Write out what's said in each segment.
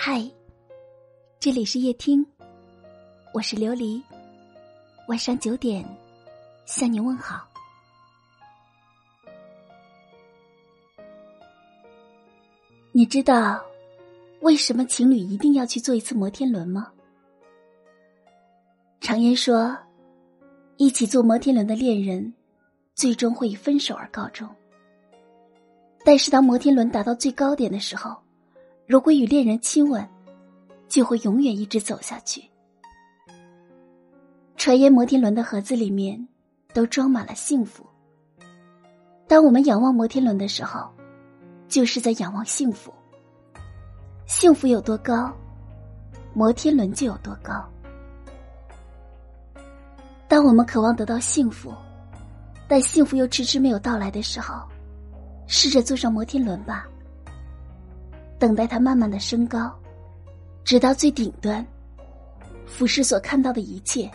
嗨，这里是夜听，我是琉璃，晚上9点向你问好。你知道为什么情侣一定要去坐一次摩天轮吗？常言说，一起坐摩天轮的恋人最终会以分手而告终。但是当摩天轮达到最高点的时候，如果与恋人亲吻，就会永远一直走下去。传言摩天轮的盒子里面都装满了幸福。当我们仰望摩天轮的时候，就是在仰望幸福。幸福有多高，摩天轮就有多高。当我们渴望得到幸福，但幸福又迟迟没有到来的时候，试着坐上摩天轮吧，等待它慢慢的升高，直到最顶端，俯视所看到的一切。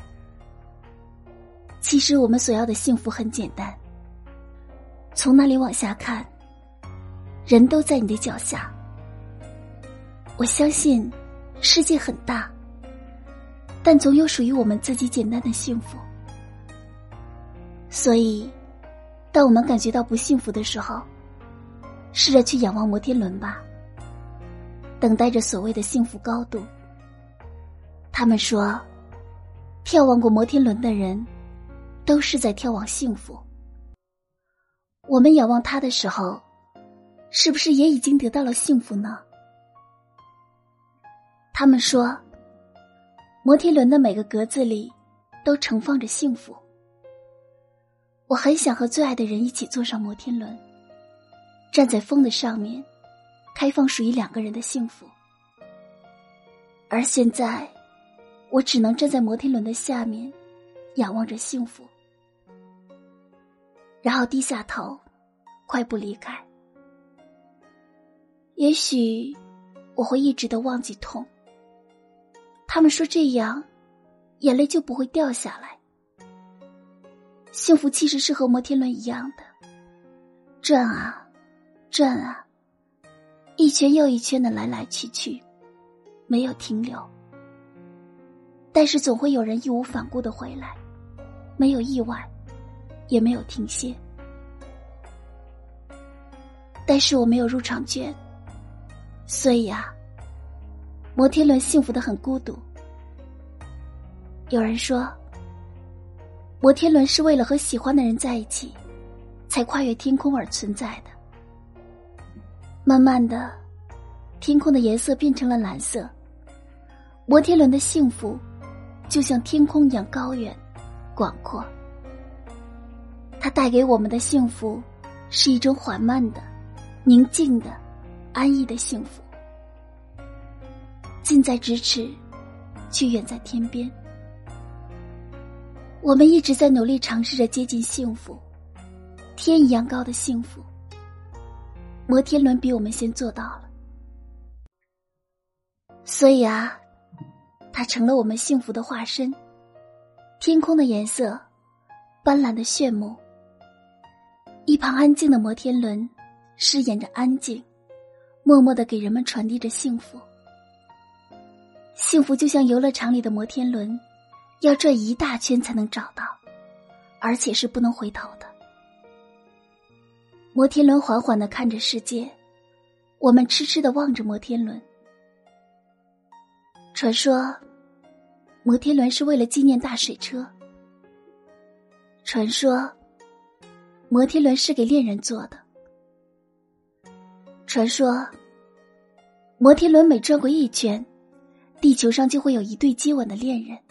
其实我们所要的幸福很简单，从那里往下看，人都在你的脚下。我相信世界很大，但总有属于我们自己简单的幸福。所以当我们感觉到不幸福的时候，试着去仰望摩天轮吧，等待着所谓的幸福高度。他们说，眺望过摩天轮的人都是在眺望幸福。我们仰望它的时候，是不是也已经得到了幸福呢？他们说，摩天轮的每个格子里都盛放着幸福。我很想和最爱的人一起坐上摩天轮，站在风的上面，开放属于2个人的幸福。而现在我只能站在摩天轮的下面，仰望着幸福，然后低下头，快步离开。也许我会一直都忘记痛，他们说这样眼泪就不会掉下来。幸福其实是和摩天轮一样的，转啊转啊，一圈又一圈的来来去去，没有停留。但是总会有人义无反顾地回来，没有意外，也没有停歇。但是我没有入场券，所以啊，摩天轮幸福得很孤独。有人说，摩天轮是为了和喜欢的人在一起，才跨越天空而存在的。慢慢的，天空的颜色变成了蓝色，摩天轮的幸福就像天空一样高远广阔。它带给我们的幸福是一种缓慢的、宁静的、安逸的幸福，近在咫尺，却远在天边。我们一直在努力尝试着接近幸福，天一样高的幸福。摩天轮比我们先做到了，所以啊，它成了我们幸福的化身。天空的颜色，斑斓的炫目。一旁安静的摩天轮，饰演着安静，默默地给人们传递着幸福。幸福就像游乐场里的摩天轮，要转一大圈才能找到，而且是不能回头的。摩天轮缓缓地看着世界，我们痴痴地望着摩天轮。传说摩天轮是为了纪念大水车，传说摩天轮是给恋人坐的，传说摩天轮每转过一圈，地球上就会有一对接吻的恋人。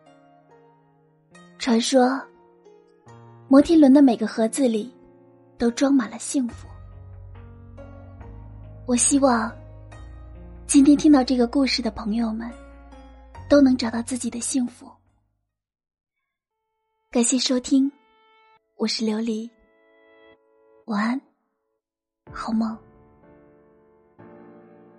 传说摩天轮的每个盒子里都装满了幸福。我希望今天听到这个故事的朋友们都能找到自己的幸福。感谢收听，我是琉璃，晚安，好梦。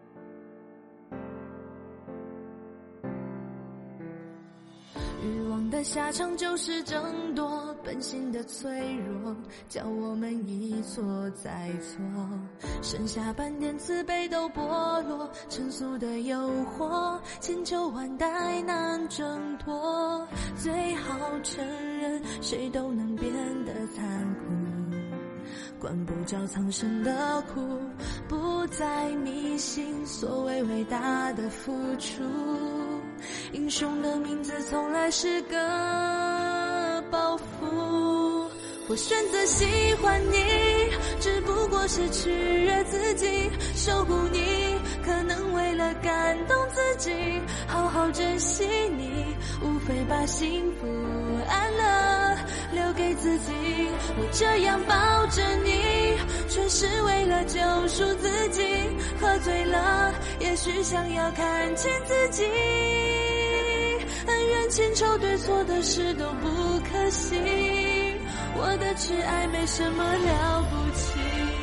欲望的下场就是争夺，本性的脆弱叫我们一错再错，剩下半点慈悲都剥落，成俗的诱惑千秋万代难挣脱，最好承认谁都能变得残酷，管不着苍生的苦，不再迷信所谓伟大的付出，英雄的名字从来是个包袱。我选择喜欢你，只不过是取悦自己，守护你，可能为了感动自己，好好珍惜你，无非把幸福安乐留给自己。我这样抱着你，全是为了救赎自己，喝醉了也许想要看清自己，恩怨情仇对错的事都不可惜，我的挚爱没什么了不起。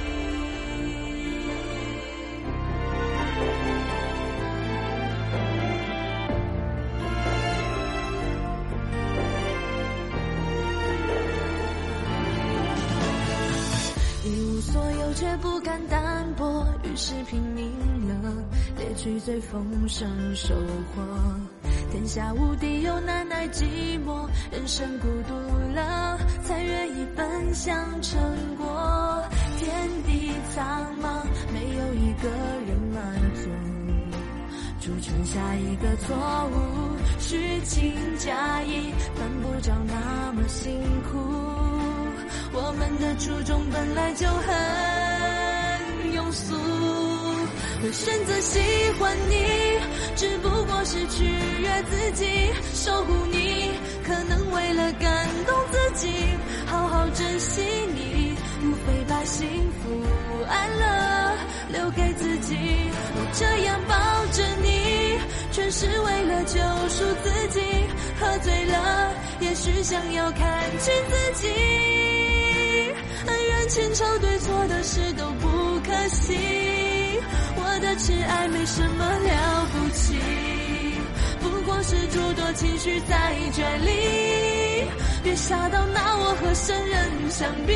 一无所有却不敢单薄，于是拼命了，猎取最丰盛收获。天下无敌又难耐寂寞，人生孤独了才愿意分享成果。天地苍茫，没有一个人满足，铸成下一个错误，虚情假意，犯不着那么辛苦。我们的初衷本来就很庸俗，我选择喜欢你，只不过是取悦自己，守护你，可能为了感动自己，好好珍惜你，无非把幸福安乐留给自己。我这样抱着你，全是为了救赎自己，喝醉了也许想要看清自己，恩怨情仇对错的事都不可惜，我的挚爱没什么了不起，不过是诸多情绪在卷里，别傻到拿我和圣人相比，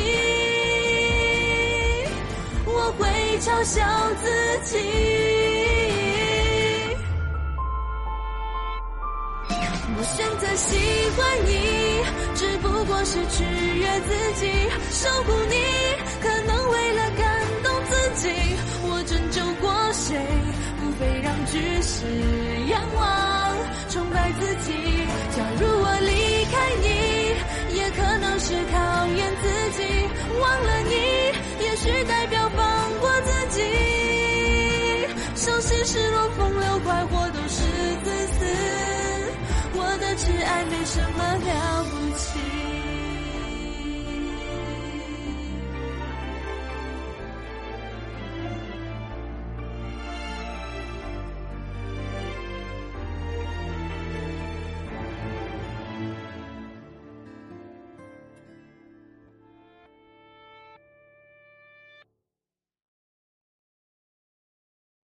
我会嘲笑自己。我选择喜欢你，只不过是取悦自己，守护你，可能为了感动自己，我拯救过谁，无非让举世仰望，崇拜自己。假如我离开你，也可能是考验自己，忘了你，也许代表放过自己。伤心失落风流快活都是自私，我的挚爱没什么了不起。